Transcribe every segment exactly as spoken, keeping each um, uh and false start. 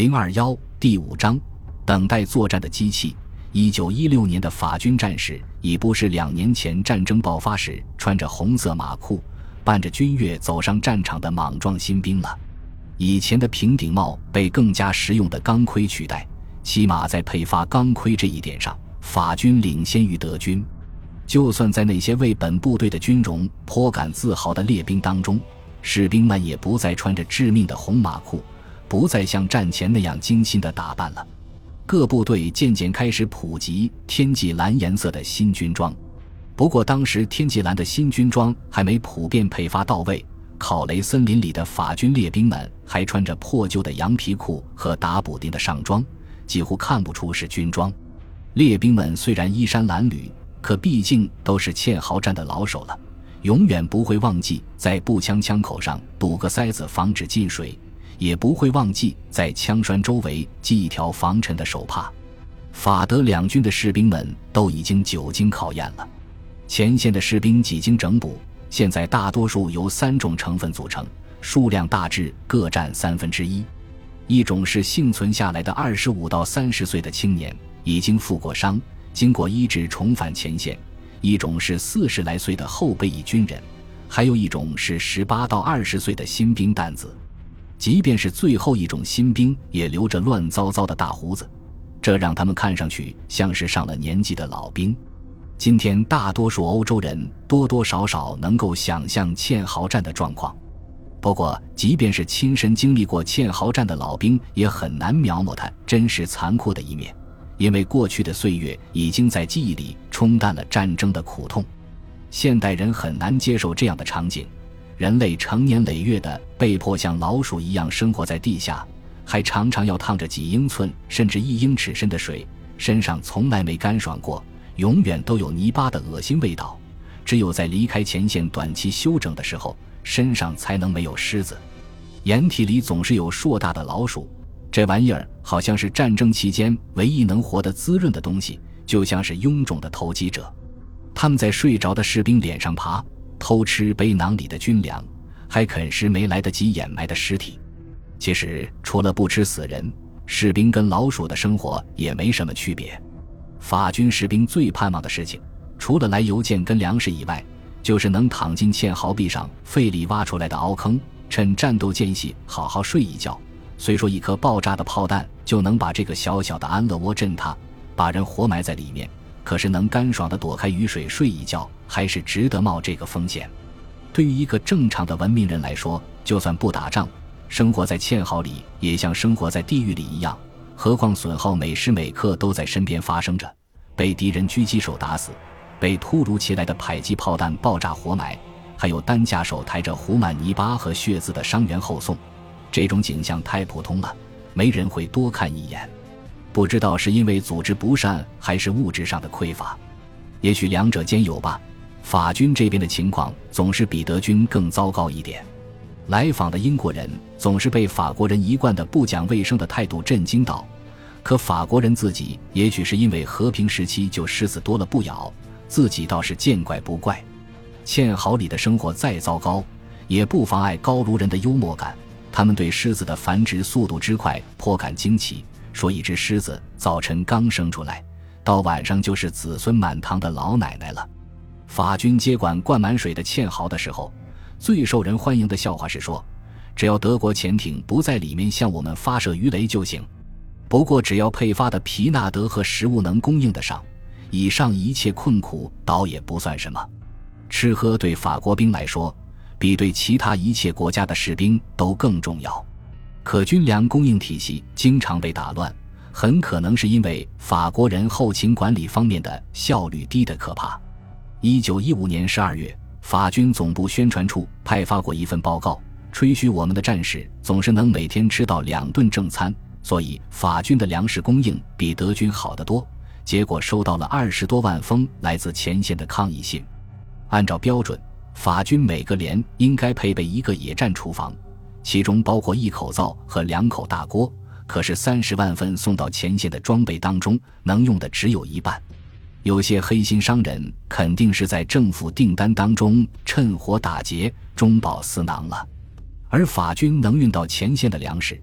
零二一第五章等待作战的机器。一九一六年的法军战士已不是两年前战争爆发时穿着红色马裤伴着军乐走上战场的莽撞新兵了。以前的平顶帽被更加实用的钢盔取代，起码在配发钢盔这一点上，法军领先于德军。就算在那些为本部队的军容颇感自豪的列兵当中，士兵们也不再穿着致命的红马裤，不再像战前那样精心的打扮了。各部队渐渐开始普及天际蓝颜色的新军装，不过当时天际蓝的新军装还没普遍配发到位，考雷森林里的法军列兵们还穿着破旧的羊皮裤和打补丁的上装，几乎看不出是军装。列兵们虽然衣衫褴褛，可毕竟都是堑壕战的老手了，永远不会忘记在步枪枪口上堵个塞子防止进水，也不会忘记在枪栓周围系一条防尘的手帕。法德两军的士兵们都已经久经考验了。前线的士兵几经整补，现在大多数由三种成分组成，数量大致各占三分之一。一种是幸存下来的二十五到三十岁的青年，已经负过伤，经过医治重返前线；一种是四十来岁的后备役军人，还有一种是十八到二十岁的新兵蛋子。即便是最后一种新兵也留着乱糟糟的大胡子，这让他们看上去像是上了年纪的老兵。今天大多数欧洲人多多少少能够想象堑壕战的状况，不过即便是亲身经历过堑壕战的老兵也很难描摹它真实残酷的一面，因为过去的岁月已经在记忆里冲淡了战争的苦痛。现代人很难接受这样的场景，人类成年累月的被迫像老鼠一样生活在地下，还常常要趟着几英寸甚至一英尺深的水，身上从来没干爽过，永远都有泥巴的恶心味道，只有在离开前线短期休整的时候，身上才能没有虱子。掩体里总是有硕大的老鼠，这玩意儿好像是战争期间唯一能活得滋润的东西，就像是臃肿的投机者。他们在睡着的士兵脸上爬，偷吃背囊里的军粮，还啃食没来得及掩埋的尸体。其实除了不吃死人，士兵跟老鼠的生活也没什么区别。法军士兵最盼望的事情，除了来邮件跟粮食以外，就是能躺进堑壕壁上费力挖出来的凹坑，趁战斗间隙好好睡一觉。虽说一颗爆炸的炮弹就能把这个小小的安乐窝震塌，把人活埋在里面，可是能干爽地躲开雨水睡一觉，还是值得冒这个风险。对于一个正常的文明人来说，就算不打仗，生活在堑壕里也像生活在地狱里一样，何况损耗每时每刻都在身边发生着，被敌人狙击手打死，被突如其来的迫击炮弹爆炸活埋，还有担架手抬着糊满泥巴和血渍的伤员后送。这种景象太普通了，没人会多看一眼。不知道是因为组织不善还是物质上的匮乏，也许两者兼有吧。法军这边的情况总是比德军更糟糕一点。来访的英国人总是被法国人一贯的不讲卫生的态度震惊到，可法国人自己也许是因为和平时期就狮子多了不咬，自己倒是见怪不怪。堑壕里的生活再糟糕，也不妨碍高卢人的幽默感，他们对狮子的繁殖速度之快颇感惊奇，说一只狮子早晨刚生出来，到晚上就是子孙满堂的老奶奶了。法军接管灌满水的堑壕的时候，最受人欢迎的笑话是说，只要德国潜艇不在里面向我们发射鱼雷就行。不过只要配发的皮纳德和食物能供应得上，以上一切困苦倒也不算什么。吃喝对法国兵来说，比对其他一切国家的士兵都更重要。可军粮供应体系经常被打乱，很可能是因为法国人后勤管理方面的效率低得可怕。一九一五年十二月，法军总部宣传处派发过一份报告，吹嘘我们的战士总是能每天吃到两顿正餐，所以法军的粮食供应比德军好得多。结果收到了二十多万封来自前线的抗议信。按照标准，法军每个连应该配备一个野战厨房，其中包括一口灶和两口大锅，可是三十万份送到前线的装备当中，能用的只有一半。有些黑心商人肯定是在政府订单当中趁火打劫，中饱私囊了。而法军能运到前线的粮食，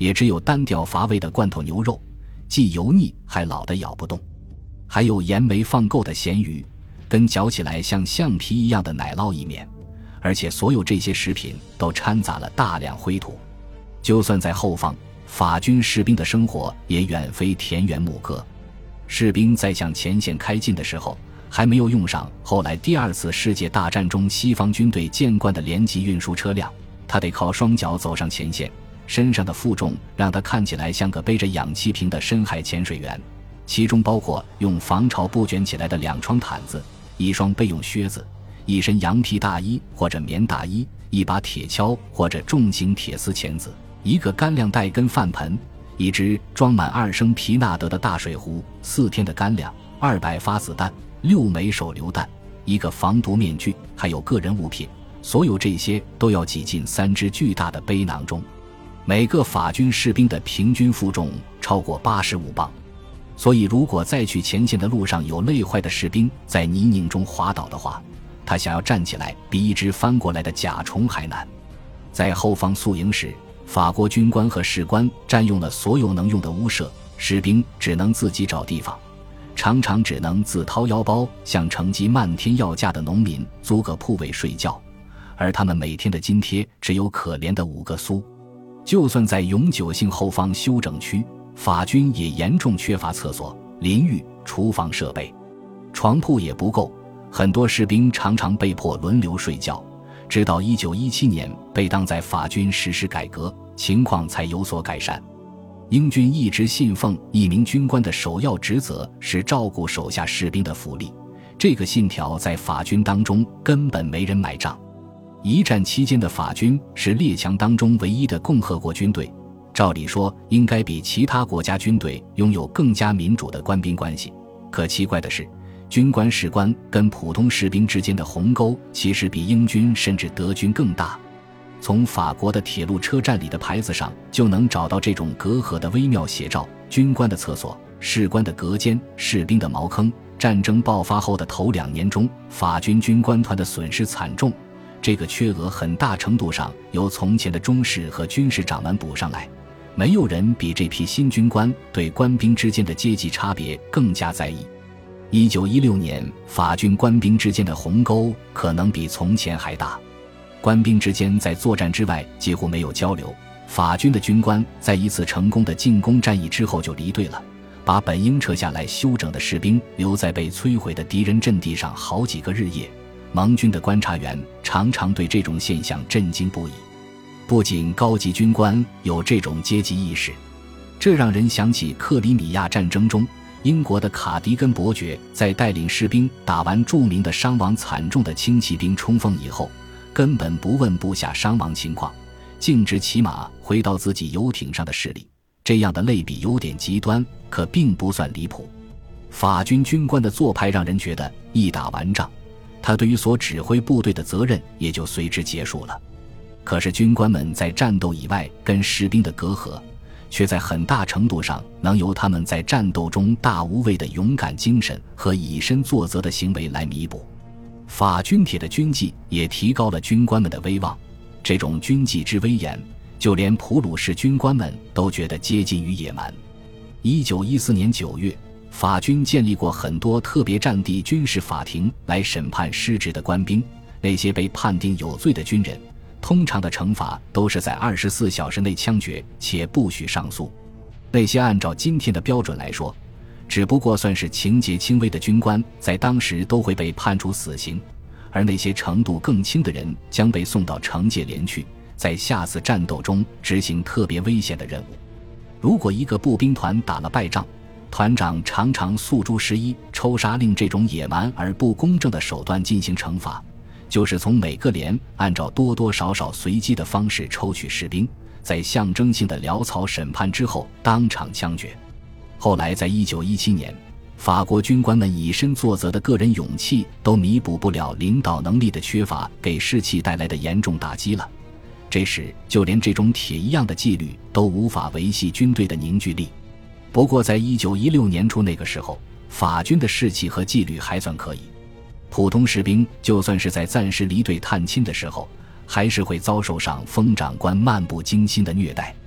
也只有单调乏味的罐头牛肉，既油腻还老得咬不动。还有盐没放够的咸鱼，跟嚼起来像橡皮一样的奶酪意面，而且所有这些食品都掺杂了大量灰土。就算在后方，法军士兵的生活也远非田园牧歌。士兵在向前线开进的时候，还没有用上后来第二次世界大战中西方军队见惯的连级运输车辆，他得靠双脚走上前线，身上的负重让他看起来像个背着氧气瓶的深海潜水员，其中包括用防潮布卷起来的两床毯子，一双备用靴子，一身羊皮大衣或者棉大衣，一把铁锹或者重型铁丝钳子，一个干粮袋跟饭盆，一只装满二升皮纳德的大水壶，四天的干粮，二百发子弹，六枚手榴弹，一个防毒面具，还有个人物品，所有这些都要挤进三只巨大的背囊中。每个法军士兵的平均负重超过八十五磅，所以如果再去前线的路上有累坏的士兵在泥泞中滑倒的话，他想要站起来比一只翻过来的甲虫还难。在后方宿营时，法国军官和士官占用了所有能用的屋舍，士兵只能自己找地方，常常只能自掏腰包向乘机漫天要价的农民租个铺位睡觉，而他们每天的津贴只有可怜的五个苏。就算在永久性后方休整区，法军也严重缺乏厕所、淋浴、厨房设备，床铺也不够，很多士兵常常被迫轮流睡觉，直到一九一七年被当在法军实施改革，情况才有所改善。英军一直信奉一名军官的首要职责是照顾手下士兵的福利，这个信条在法军当中根本没人买账。一战期间的法军是列强当中唯一的共和国军队，照理说应该比其他国家军队拥有更加民主的官兵关系，可奇怪的是，军官士官跟普通士兵之间的鸿沟其实比英军甚至德军更大。从法国的铁路车站里的牌子上就能找到这种隔阂的微妙写照：军官的厕所，士官的隔间，士兵的茅坑。战争爆发后的头两年中，法军军官团的损失惨重，这个缺额很大程度上由从前的中士和军事长们补上来。没有人比这批新军官对官兵之间的阶级差别更加在意。一九一六年，法军官兵之间的鸿沟可能比从前还大。官兵之间在作战之外几乎没有交流，法军的军官在一次成功的进攻战役之后就离队了，把本应撤下来休整的士兵留在被摧毁的敌人阵地上好几个日夜。盟军的观察员常常对这种现象震惊不已。不仅高级军官有这种阶级意识，这让人想起克里米亚战争中英国的卡迪根伯爵在带领士兵打完著名的伤亡惨重的轻骑兵冲锋以后，根本不问部下伤亡情况，径直骑马回到自己游艇上的事例。这样的类比有点极端，可并不算离谱。法军军官的做派让人觉得一打完仗，他对于所指挥部队的责任也就随之结束了。可是军官们在战斗以外跟士兵的隔阂，却在很大程度上能由他们在战斗中大无畏的勇敢精神和以身作则的行为来弥补。法军铁的军纪也提高了军官们的威望，这种军纪之威严，就连普鲁士军官们都觉得接近于野蛮。一九一四年九月，法军建立过很多特别战地军事法庭来审判失职的官兵，那些被判定有罪的军人，通常的惩罚都是在二十四小时内枪决，且不许上诉。那些按照今天的标准来说，只不过算是情节轻微的军官，在当时都会被判处死刑，而那些程度更轻的人将被送到惩戒连去，在下次战斗中执行特别危险的任务。如果一个步兵团打了败仗，团长常常诉诸十一抽杀令这种野蛮而不公正的手段进行惩罚，就是从每个连按照多多少少随机的方式抽取士兵，在象征性的潦草审判之后当场枪决。后来在一九一七年，法国军官们以身作则的个人勇气都弥补不了领导能力的缺乏给士气带来的严重打击了。这时就连这种铁一样的纪律都无法维系军队的凝聚力。不过在一九一六年初那个时候，法军的士气和纪律还算可以。普通士兵就算是在暂时离队探亲的时候，还是会遭受上封长官漫不经心的虐待。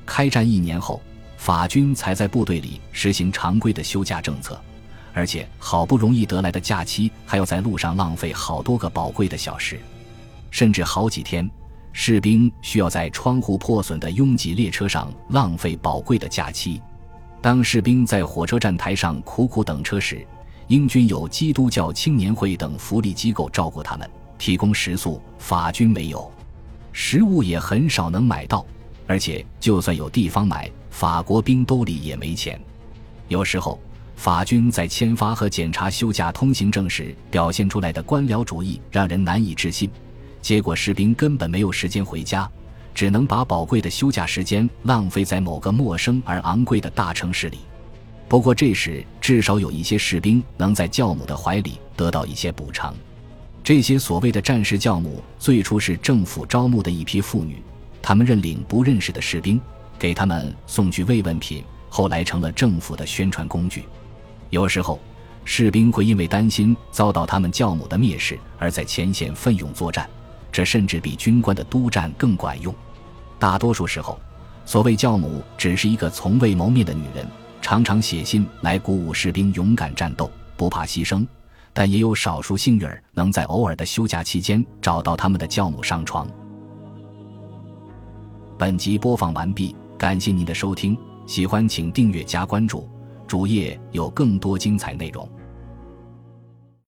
开战一年后，法军才在部队里实行常规的休假政策，而且好不容易得来的假期还要在路上浪费好多个宝贵的小时，甚至好几天，士兵需要在窗户破损的拥挤列车上浪费宝贵的假期。当士兵在火车站台上苦苦等车时，英军有基督教青年会等福利机构照顾他们，提供食宿，法军没有，食物也很少能买到，而且就算有地方买，法国兵兜里也没钱。有时候法军在签发和检查休假通行证时表现出来的官僚主义让人难以置信，结果士兵根本没有时间回家，只能把宝贵的休假时间浪费在某个陌生而昂贵的大城市里。不过这时至少有一些士兵能在教母的怀里得到一些补偿。这些所谓的战士教母最初是政府招募的一批妇女，他们认领不认识的士兵，给他们送去慰问品，后来成了政府的宣传工具。有时候士兵会因为担心遭到他们教母的蔑视而在前线奋勇作战，这甚至比军官的督战更管用。大多数时候，所谓教母只是一个从未谋面的女人，常常写信来鼓舞士兵勇敢战斗，不怕牺牲，但也有少数幸运儿能在偶尔的休假期间找到他们的教母上床。本集播放完毕，感谢您的收听，喜欢请订阅加关注，主页有更多精彩内容。